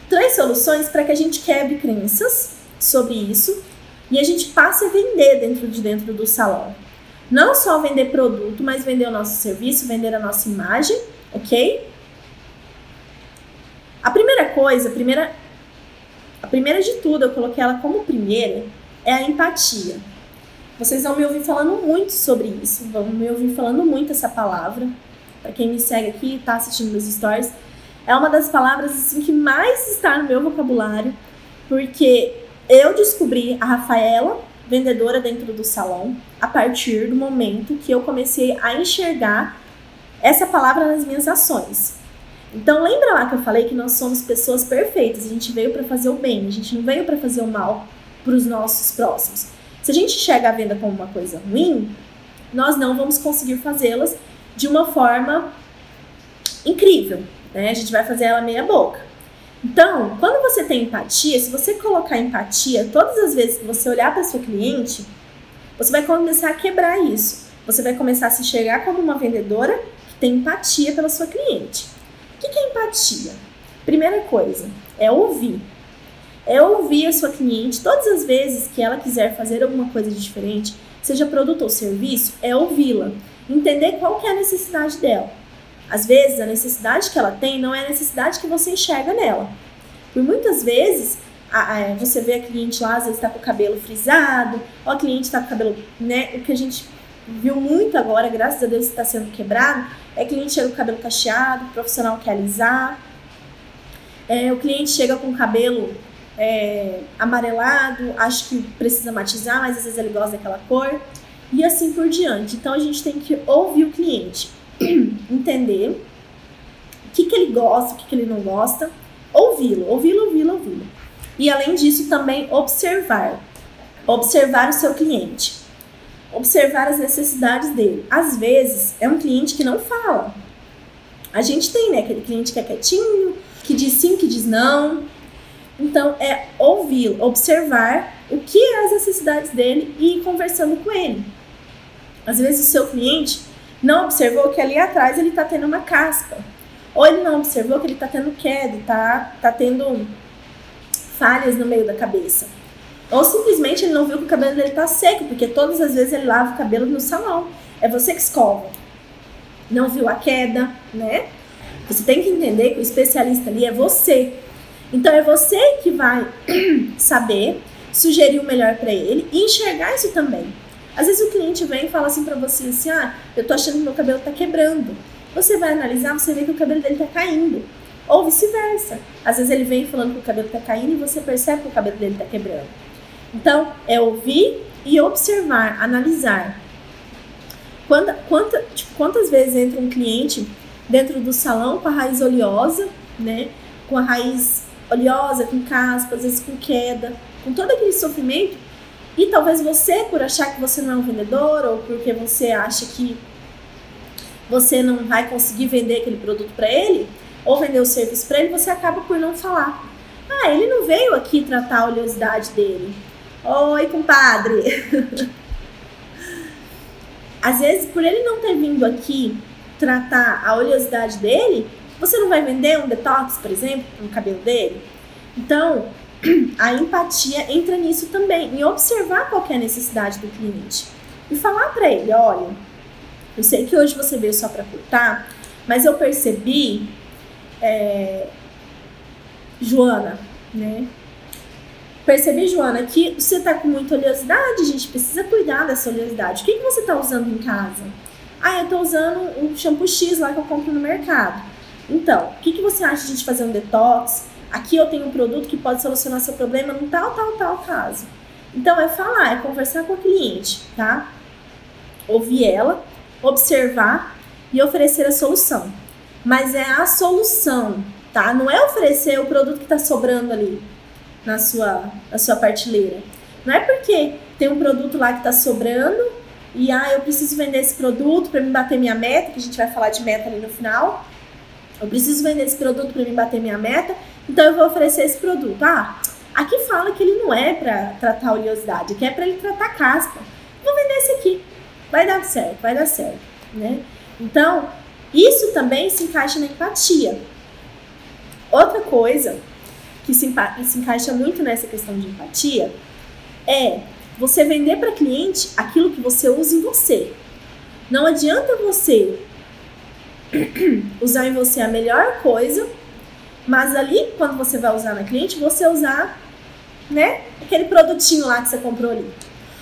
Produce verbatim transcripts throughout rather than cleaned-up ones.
Três soluções para que a gente quebre crenças sobre isso e a gente passe a vender dentro de dentro do salão. Não só vender produto, mas vender o nosso serviço, vender a nossa imagem, ok? A primeira coisa, a primeira, a primeira de tudo, eu coloquei ela como primeira, é a empatia. Vocês vão me ouvir falando muito sobre isso, vão me ouvir falando muito essa palavra. Para quem me segue aqui e está assistindo meus stories, é uma das palavras assim, que mais está no meu vocabulário, porque eu descobri a Rafaela, vendedora dentro do salão, a partir do momento que eu comecei a enxergar essa palavra nas minhas ações. Então lembra lá que eu falei que nós somos pessoas perfeitas, a gente veio para fazer o bem, a gente não veio para fazer o mal para os nossos próximos. Se a gente enxerga a venda como uma coisa ruim, nós não vamos conseguir fazê-las de uma forma incrível, né? A gente vai fazer ela meia boca. Então, quando você tem empatia, se você colocar empatia todas as vezes que você olhar para sua cliente, você vai começar a quebrar isso. Você vai começar a se enxergar como uma vendedora que tem empatia pela sua cliente. O que é empatia? Primeira coisa, é ouvir. É ouvir a sua cliente todas as vezes que ela quiser fazer alguma coisa de diferente, seja produto ou serviço, é ouvi-la. Entender qual que é a necessidade dela. Às vezes, a necessidade que ela tem não é a necessidade que você enxerga nela. Por muitas vezes, a, a, você vê a cliente lá, às vezes está com o cabelo frisado, ou a cliente está com o cabelo, né, o que a gente viu muito agora, graças a Deus está sendo quebrado, é que a cliente chega com o cabelo cacheado, o profissional quer alisar, é, o cliente chega com o cabelo é, amarelado, acha que precisa matizar, mas às vezes ele gosta daquela cor, e assim por diante. Então, a gente tem que ouvir o cliente, entender o que, que ele gosta, o que, que ele não gosta, ouvi-lo, ouvi-lo, ouvi-lo, ouvi-lo. E além disso, também observar. Observar o seu cliente. Observar as necessidades dele. Às vezes, é um cliente que não fala. A gente tem, né? Aquele cliente que é quietinho, que diz sim, que diz não. Então, é ouvi-lo, observar o que é as necessidades dele e ir conversando com ele. Às vezes, o seu cliente não observou que ali atrás ele está tendo uma caspa. Ou ele não observou que ele está tendo queda, está tá tendo falhas no meio da cabeça. Ou simplesmente ele não viu que o cabelo dele está seco, porque todas as vezes ele lava o cabelo no salão. É você que escova. Não viu a queda, né? Você tem que entender que o especialista ali é você. Então é você que vai saber sugerir o melhor para ele e enxergar isso também. Às vezes o cliente vem e fala assim pra você assim, ah, eu tô achando que meu cabelo tá quebrando. Você vai analisar, você vê que o cabelo dele tá caindo. Ou vice-versa. Às vezes ele vem falando que o cabelo tá caindo e você percebe que o cabelo dele tá quebrando. Então, é ouvir e observar, analisar. Quanta, quanta, tipo, quantas vezes entra um cliente dentro do salão com a raiz oleosa, né? Com a raiz oleosa, com caspa, às vezes com queda, com todo aquele sofrimento. E talvez você, por achar que você não é um vendedor, ou porque você acha que você não vai conseguir vender aquele produto para ele, ou vender o serviço para ele, você acaba por não falar. Ah, ele não veio aqui tratar a oleosidade dele. Oi, compadre. Às vezes, por ele não ter vindo aqui tratar a oleosidade dele, você não vai vender um detox, por exemplo, no cabelo dele? Então, a empatia entra nisso também, em observar qual que é a necessidade do cliente. E falar para ele, olha, eu sei que hoje você veio só para cortar, mas eu percebi, é, Joana, né? Percebi, Joana, que você tá com muita oleosidade, a gente precisa cuidar dessa oleosidade. O que, que você tá usando em casa? Ah, eu tô usando um shampoo X lá que eu compro no mercado. Então, o que, que você acha de a gente fazer um detox? Aqui eu tenho um produto que pode solucionar seu problema num tal, tal, tal caso. Então, é falar, é conversar com a cliente, tá? Ouvir ela, observar e oferecer a solução. Mas é a solução, tá? Não é oferecer o produto que tá sobrando ali na sua, na sua prateleira. Não é porque tem um produto lá que tá sobrando e, ah, eu preciso vender esse produto para me bater minha meta, que a gente vai falar de meta ali no final. Eu preciso vender esse produto para me bater minha meta, então eu vou oferecer esse produto. Ah, aqui fala que ele não é para tratar a oleosidade, que é para ele tratar caspa. Vou vender esse aqui. Vai dar certo, vai dar certo, né? Então, isso também se encaixa na empatia. Outra coisa que se, se encaixa muito nessa questão de empatia, é você vender para cliente aquilo que você usa em você. Não adianta você usar em você a melhor coisa, mas ali, quando você vai usar na cliente, você usar, né, aquele produtinho lá que você comprou ali.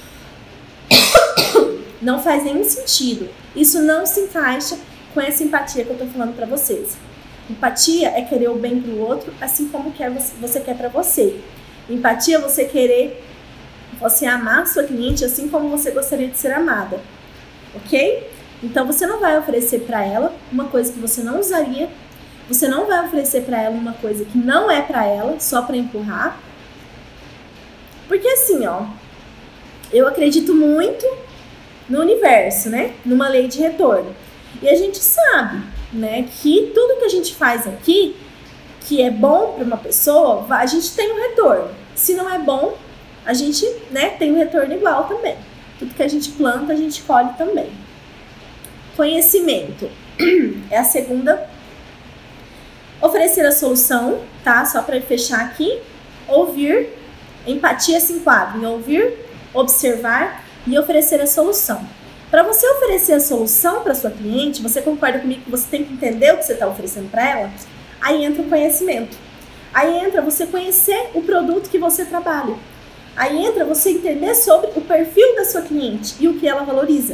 Não faz nenhum sentido. Isso não se encaixa com essa empatia que eu tô falando pra vocês. Empatia é querer o bem pro outro, assim como quer você, você quer pra você. Empatia é você querer, você amar a sua cliente assim como você gostaria de ser amada. Ok? Então você não vai oferecer pra ela uma coisa que você não usaria. Você não vai oferecer pra ela uma coisa que não é pra ela, só pra empurrar. Porque assim, ó, eu acredito muito no universo, né? Numa lei de retorno. E a gente sabe, né, que tudo que a gente faz aqui, que é bom para uma pessoa, a gente tem um retorno. Se não é bom, a gente, né, tem um retorno igual também. Tudo que a gente planta, a gente colhe também. Conhecimento é a segunda. Oferecer a solução, tá? Só para fechar aqui. Ouvir. Empatia se enquadra em ouvir, observar e oferecer a solução. Para você oferecer a solução para sua cliente, você concorda comigo que você tem que entender o que você está oferecendo para ela? Aí entra o conhecimento. Aí entra você conhecer o produto que você trabalha. Aí entra você entender sobre o perfil da sua cliente e o que ela valoriza.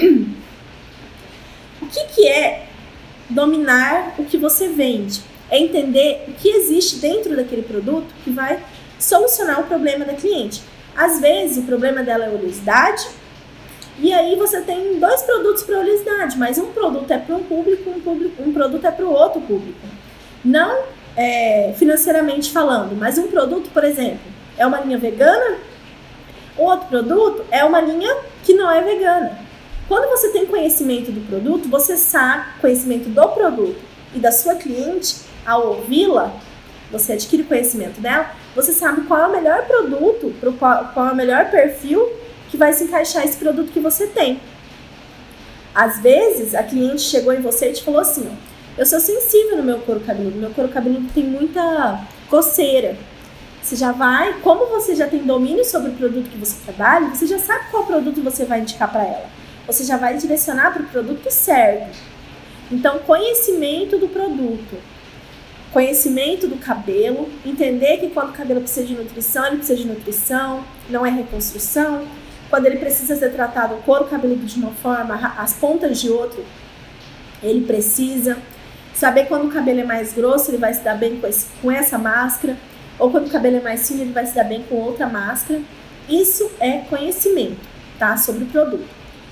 O que, que é dominar o que você vende? É entender o que existe dentro daquele produto que vai solucionar o problema da cliente. Às vezes o problema dela é oleosidade, e aí você tem dois produtos para oleosidade, mas um produto é para um público, um, público, um produto é para o outro público. Não é, financeiramente falando, mas um produto, por exemplo, é uma linha vegana, o outro produto é uma linha que não é vegana. Quando você tem conhecimento do produto, você sabe, conhecimento do produto e da sua cliente, ao ouvi-la, você adquire conhecimento dela, você sabe qual é o melhor produto, qual, qual é o melhor perfil que vai se encaixar esse produto que você tem. Às vezes, a cliente chegou em você e te falou assim, ó, eu sou sensível no meu couro cabeludo, meu couro cabeludo tem muita coceira. Você já vai, como você já tem domínio sobre o produto que você trabalha, você já sabe qual produto você vai indicar para ela. Você já vai direcionar para o produto certo. Então, conhecimento do produto. Conhecimento do cabelo, entender que quando o cabelo precisa de nutrição, ele precisa de nutrição, não é reconstrução. Quando ele precisa ser tratado o couro cabeludo de uma forma, as pontas de outro, ele precisa. Saber quando o cabelo é mais grosso, ele vai se dar bem com, esse, com essa máscara, ou quando o cabelo é mais fino, ele vai se dar bem com outra máscara. Isso é conhecimento, tá? Sobre o produto.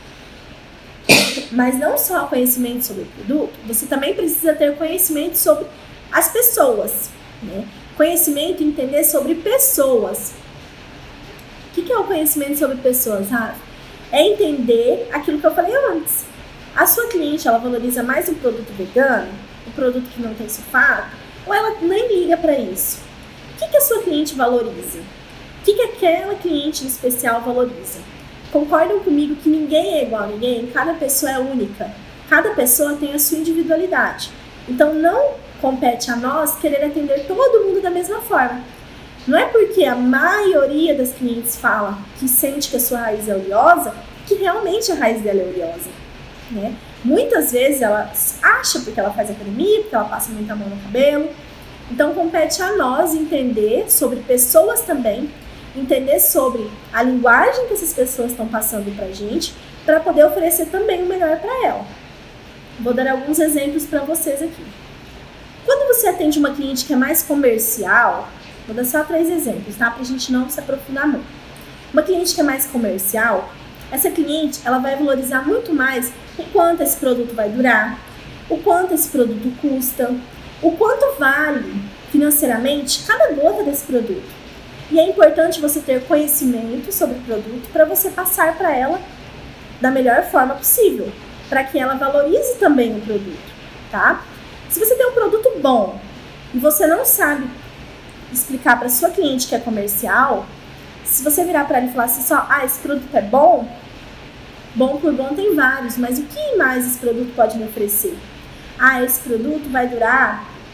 Mas não só conhecimento sobre o produto, você também precisa ter conhecimento sobre as pessoas, né? Conhecimento, entender sobre pessoas. O que, que é o conhecimento sobre pessoas, Rafa? É entender aquilo que eu falei antes. A sua cliente, ela valoriza mais um produto vegano, um produto que não tem sulfato, ou ela nem liga para isso? O que, que a sua cliente valoriza? O que, que aquela cliente em especial valoriza? Concordam comigo que ninguém é igual a ninguém? Cada pessoa é única. Cada pessoa tem a sua individualidade. Então, não compete a nós querer atender todo mundo da mesma forma. Não é porque a maioria das clientes fala que sente que a sua raiz é oleosa, que realmente a raiz dela é oleosa, né? Muitas vezes ela acha porque ela faz academia, porque ela passa muita mão no cabelo. Então, compete a nós entender sobre pessoas também, entender sobre a linguagem que essas pessoas estão passando pra gente, para poder oferecer também o melhor para ela. Vou dar alguns exemplos para vocês aqui. Quando você atende uma cliente que é mais comercial, vou dar só três exemplos, tá? Pra gente não se aprofundar muito. Uma cliente que é mais comercial, essa cliente, ela vai valorizar muito mais o quanto esse produto vai durar, o quanto esse produto custa, o quanto vale financeiramente cada gota desse produto. E é importante você ter conhecimento sobre o produto para você passar para ela da melhor forma possível, para que ela valorize também o produto, tá? Se você tem um produto bom e você não sabe explicar para sua cliente que é comercial, se você virar para ela e falar assim só, ah, esse produto é bom, bom por bom tem vários, mas o que mais esse produto pode me oferecer? Ah, esse produto vai durar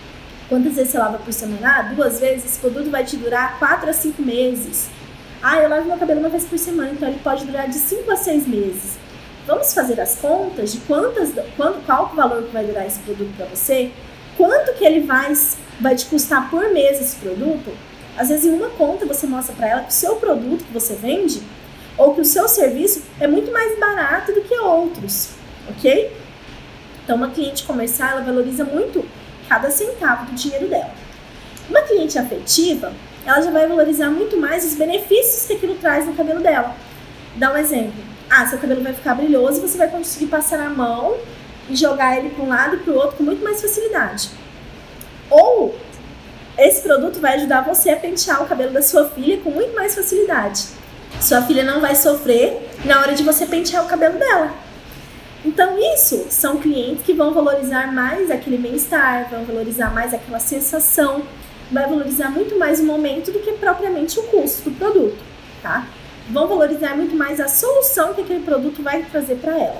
Quantas vezes você lava por semana? Ah, duas vezes, esse produto vai te durar quatro a cinco meses. Ah, eu lavo meu cabelo uma vez por semana, então ele pode durar de cinco a seis meses. Vamos fazer as contas de quantas, quanto, qual o valor que vai durar esse produto para você? Quanto que ele vai, vai te custar por mês esse produto? Às vezes em uma conta você mostra para ela que o seu produto que você vende ou que o seu serviço é muito mais barato do que outros, ok? Então uma cliente comercial, ela valoriza muito cada centavo do dinheiro dela. Uma cliente afetiva, ela já vai valorizar muito mais os benefícios que aquilo traz no cabelo dela. Dá um exemplo. Ah, seu cabelo vai ficar brilhoso e você vai conseguir passar a mão e jogar ele para um lado e para o outro com muito mais facilidade. Ou esse produto vai ajudar você a pentear o cabelo da sua filha com muito mais facilidade. Sua filha não vai sofrer na hora de você pentear o cabelo dela. Então isso são clientes que vão valorizar mais aquele bem-estar, vão valorizar mais aquela sensação, vai valorizar muito mais o momento do que propriamente o custo do produto, tá? Vão valorizar muito mais a solução que aquele produto vai trazer para ela.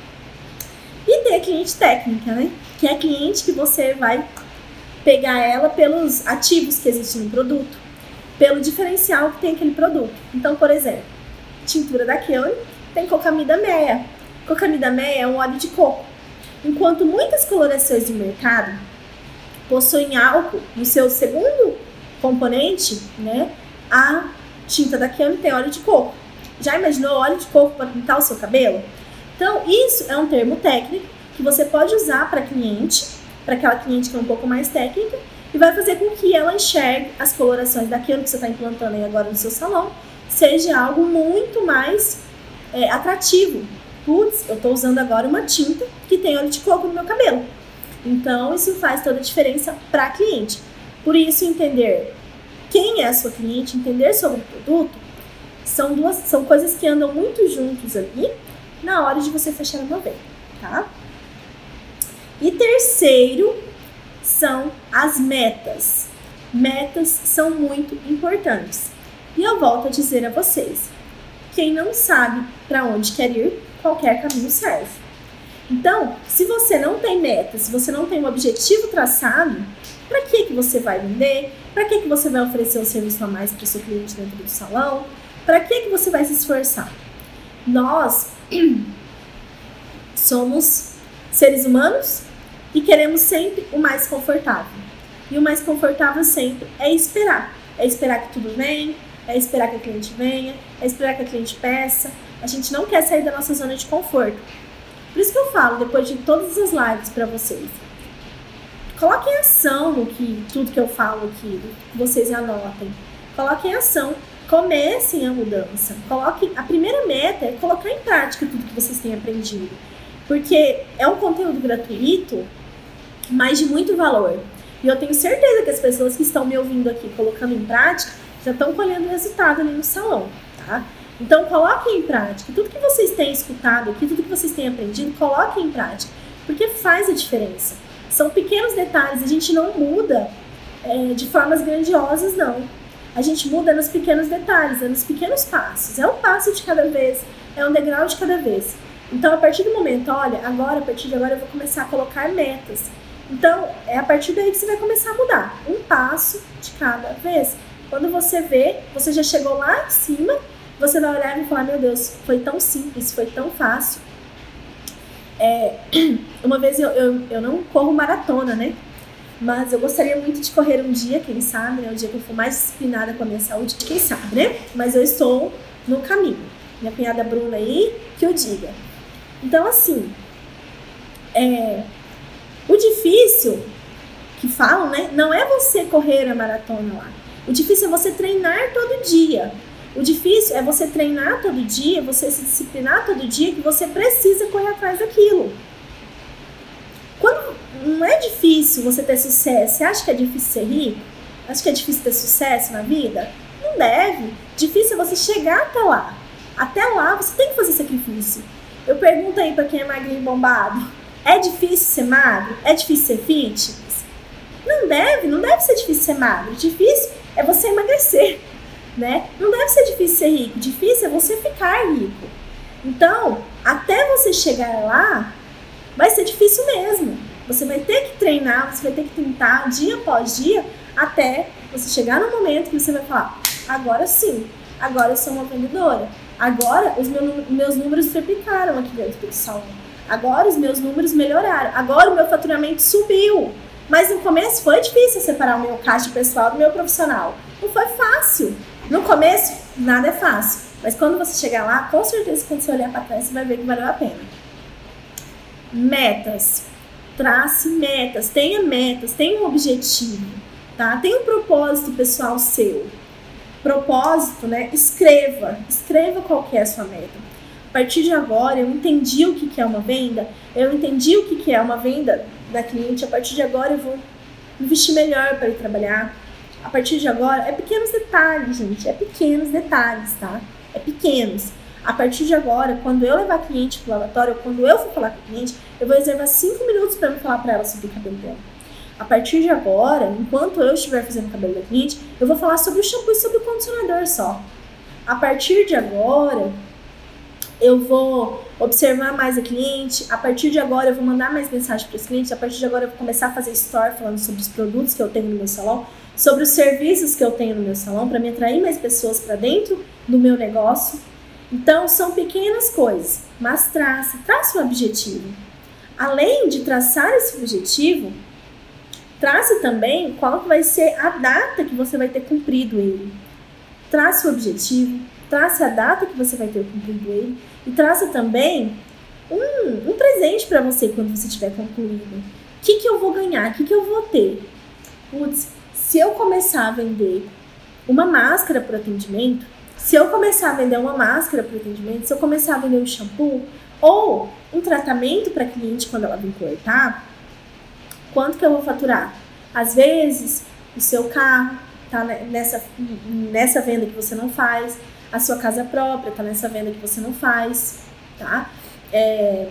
E tem a cliente técnica, né? Que é a cliente que você vai pegar ela pelos ativos que existem no produto, pelo diferencial que tem aquele produto. Então, por exemplo, tintura da Keone tem cocamida meia. Cocamida meia é um óleo de coco. Enquanto muitas colorações do mercado possuem álcool no seu segundo componente, né? A tinta da Keone tem óleo de coco. Já imaginou óleo de coco para pintar o seu cabelo? Então, isso é um termo técnico que você pode usar para cliente, para aquela cliente que é um pouco mais técnica, e vai fazer com que ela enxergue as colorações daquilo que você está implantando aí agora no seu salão, seja algo muito mais é, atrativo. Putz, eu estou usando agora uma tinta que tem óleo de coco no meu cabelo. Então, isso faz toda a diferença para a cliente. Por isso, entender quem é a sua cliente, entender sobre o produto, são, duas, são coisas que andam muito juntos ali na hora de você fechar uma venda, tá? E terceiro, são as metas. Metas são muito importantes. E eu volto a dizer a vocês, quem não sabe para onde quer ir, qualquer caminho serve. Então, se você não tem meta, se você não tem um objetivo traçado, para que que você vai vender? Para que que você vai oferecer um serviço a mais para o seu cliente dentro do salão? Para que que você vai se esforçar? Nós somos seres humanos e queremos sempre o mais confortável. E o mais confortável sempre é esperar. É esperar que tudo venha, é esperar que a cliente venha, é esperar que a cliente peça. A gente não quer sair da nossa zona de conforto. Por isso que eu falo, depois de todas as lives para vocês, coloquem em ação no que, tudo que eu falo aqui, que vocês anotem. Coloquem em ação, comecem a mudança. Coloquem, a primeira meta é colocar em prática tudo que vocês têm aprendido. Porque é um conteúdo gratuito, mas de muito valor. E eu tenho certeza que as pessoas que estão me ouvindo aqui, colocando em prática, já estão colhendo resultado ali no salão, tá? Então, coloquem em prática. Tudo que vocês têm escutado aqui, tudo que vocês têm aprendido, coloquem em prática. Porque faz a diferença. São pequenos detalhes. A gente não muda é, de formas grandiosas, não. A gente muda nos pequenos detalhes, é nos pequenos passos. É um passo de cada vez, é um degrau de cada vez. Então, a partir do momento, olha, agora, a partir de agora, eu vou começar a colocar metas. Então, é a partir daí que você vai começar a mudar. Um passo de cada vez. Quando você vê, você já chegou lá em cima, você vai olhar e falar, meu Deus, foi tão simples, foi tão fácil. É, uma vez eu, eu, eu não corro maratona, né? Mas eu gostaria muito de correr um dia, quem sabe, né? O dia que eu for mais disciplinada com a minha saúde, quem sabe, né? Mas eu estou no caminho. Minha cunhada Bruna aí, que eu diga. Então, assim, é, o difícil, que falam, né? Não é você correr a maratona lá. O difícil é você treinar todo dia. O difícil é você treinar todo dia, você se disciplinar todo dia, que você precisa correr atrás daquilo. Quando não é difícil você ter sucesso, você acha que é difícil ser rico? Acha que é difícil ter sucesso na vida? Não deve. Difícil é você chegar até lá. Até lá você tem que fazer sacrifício. Eu pergunto aí pra quem é magrinho e bombado, é difícil ser magro? É difícil ser fitness? Não deve, não deve ser difícil ser magro. Difícil é você emagrecer, né? Não deve ser difícil ser rico. Difícil é você ficar rico. Então, até você chegar lá, vai ser difícil mesmo. Você vai ter que treinar, você vai ter que tentar dia após dia, até você chegar no momento que você vai falar, agora sim, agora eu sou uma vendedora. Agora os meus, meus números triplicaram aqui dentro do salão. Agora os meus números melhoraram. Agora o meu faturamento subiu. Mas no começo foi difícil separar o meu caixa pessoal do meu profissional. Não foi fácil. No começo, nada é fácil. Mas quando você chegar lá, com certeza, quando você olhar para trás, você vai ver que valeu a pena. Metas. Trace metas. Tenha metas. Tenha um objetivo. Tá? Tenha um propósito pessoal seu. Propósito, né? Escreva. Escreva qual que é a sua meta. A partir de agora, eu entendi o que é uma venda. Eu entendi o que é uma venda da cliente. A partir de agora, eu vou investir melhor para ir trabalhar. A partir de agora, é pequenos detalhes, gente. É pequenos detalhes, tá? É pequenos. A partir de agora, quando eu levar cliente pro lavatório, ou quando eu for falar com a cliente, eu vou reservar cinco minutos para me falar para ela sobre o cabelo dela. A partir de agora, enquanto eu estiver fazendo o cabelo da cliente, eu vou falar sobre o shampoo e sobre o condicionador só. A partir de agora, eu vou observar mais a cliente. A partir de agora, eu vou mandar mais mensagem para os clientes. A partir de agora, eu vou começar a fazer story falando sobre os produtos que eu tenho no meu salão, sobre os serviços que eu tenho no meu salão, para me atrair mais pessoas para dentro do meu negócio. Então, são pequenas coisas, mas trace, trace um objetivo. Além de traçar esse objetivo, trace também qual vai ser a data que você vai ter cumprido ele. Trace o objetivo, trace a data que você vai ter cumprido ele e trace também um, um presente para você quando você tiver concluído. O que, que eu vou ganhar? O que, que eu vou ter? Putz, se eu começar a vender uma máscara para atendimento, se eu começar a vender uma máscara para atendimento, se eu começar a vender um shampoo ou um tratamento para cliente quando ela vem cortar, quanto que eu vou faturar? Às vezes, o seu carro tá nessa, nessa venda que você não faz, a sua casa própria tá nessa venda que você não faz, tá? É,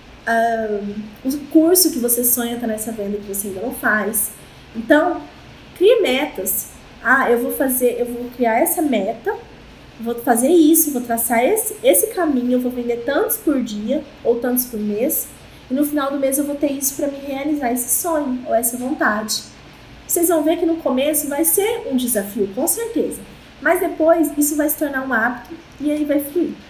um, o curso que você sonha tá nessa venda que você ainda não faz. Então, crie metas. Ah, eu vou fazer, eu vou criar essa meta, vou fazer isso, vou traçar esse, esse caminho, eu vou vender tantos por dia ou tantos por mês, e no final do mês eu vou ter isso para me realizar esse sonho ou essa vontade. Vocês vão ver que no começo vai ser um desafio, com certeza, mas depois isso vai se tornar um hábito e aí vai fluir.